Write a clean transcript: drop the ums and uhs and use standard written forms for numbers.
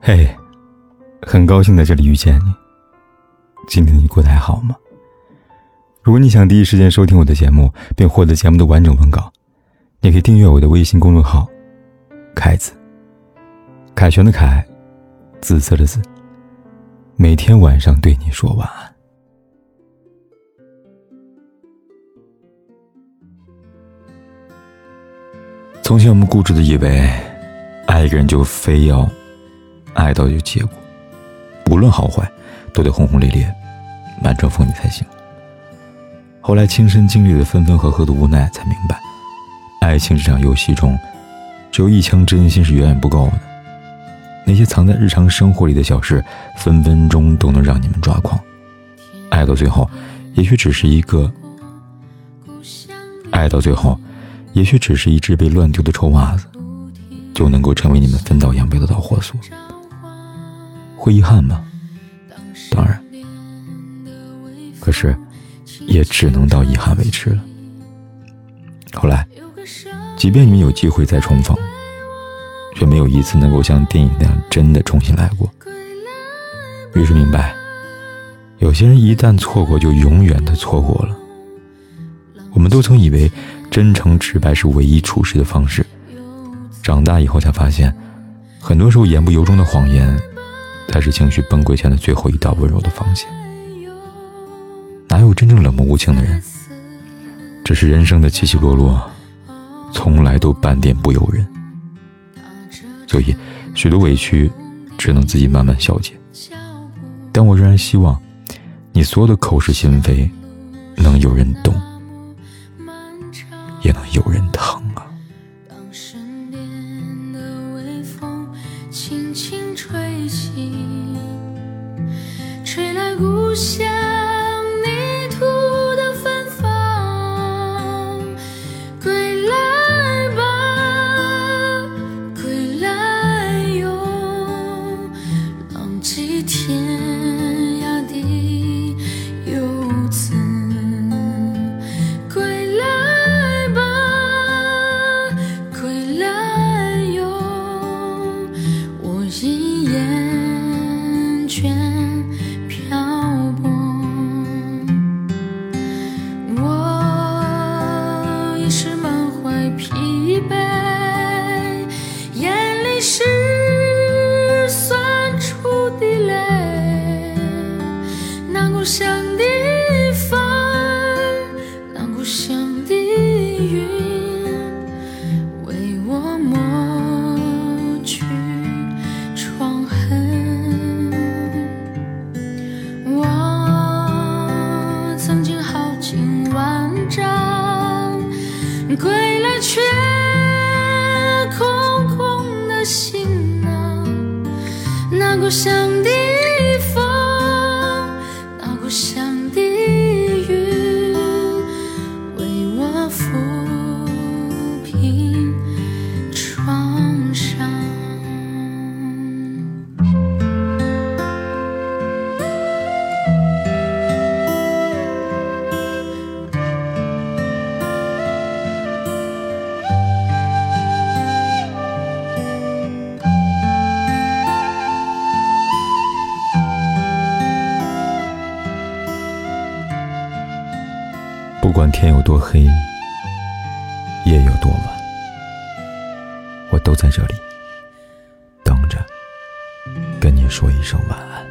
嘿，很高兴在这里遇见你。今天你过得还好吗？如果你想第一时间收听我的节目，并获得节目的完整文稿，你可以订阅我的微信公众号凯子，凯旋的凯，紫色的紫，每天晚上对你说晚安。从前我们固执的以为爱一个人就非要爱到有结果，无论好坏都得轰轰烈烈满城风雨才行。后来亲身经历了分分合合的无奈，才明白爱情这场游戏中，只有一腔真心是远远不够的。那些藏在日常生活里的小事，分分钟都能让你们抓狂。爱到最后也许只是一只被乱丢的臭袜子，就能够成为你们分道扬镳的导火索。会遗憾吗？当然，可是也只能到遗憾为止了。后来即便你们有机会再重逢，却没有一次能够像电影那样真的重新来过。于是明白，有些人一旦错过就永远的错过了。我们都曾以为真诚直白是唯一处事的方式，长大以后才发现，很多时候言不由衷的谎言才是情绪崩溃前的最后一道温柔的防线。哪有真正冷漠无情的人？只是人生的起起落落从来都半点不由人，所以许多委屈只能自己慢慢消解。但我仍然希望你所有的口是心非能有人懂，也能有人疼啊。 当身边的微风轻轻吹起，吹来故乡泥土的芬芳。归来吧，归来哟，浪迹天涯的游子。是满怀疲惫，眼里是酸楚的泪。那故乡的风，那故乡的云，为我抹去创痕。我曾经耗尽万丈，归来却空空的行囊。那故乡的风，那故乡的云，为我抚平创伤。 不管天有多黑，夜有多晚，我都在这里等着跟你说一声晚安。